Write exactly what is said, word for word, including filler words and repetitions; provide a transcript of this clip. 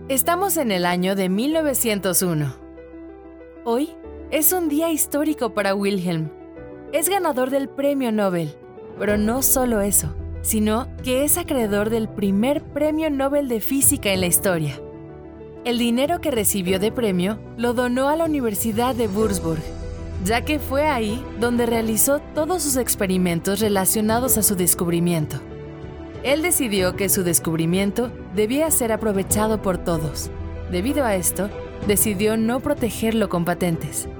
Estamos en el año de mil novecientos uno. Hoy es un día histórico para Wilhelm. Es ganador del Premio Nobel, pero no solo eso, sino que es acreedor del primer Premio Nobel de Física en la historia. El dinero que recibió de premio lo donó a la Universidad de Würzburg, ya que fue ahí donde realizó todos sus experimentos relacionados a su descubrimiento. Él decidió que su descubrimiento debía ser aprovechado por todos. Debido a esto, decidió no protegerlo con patentes.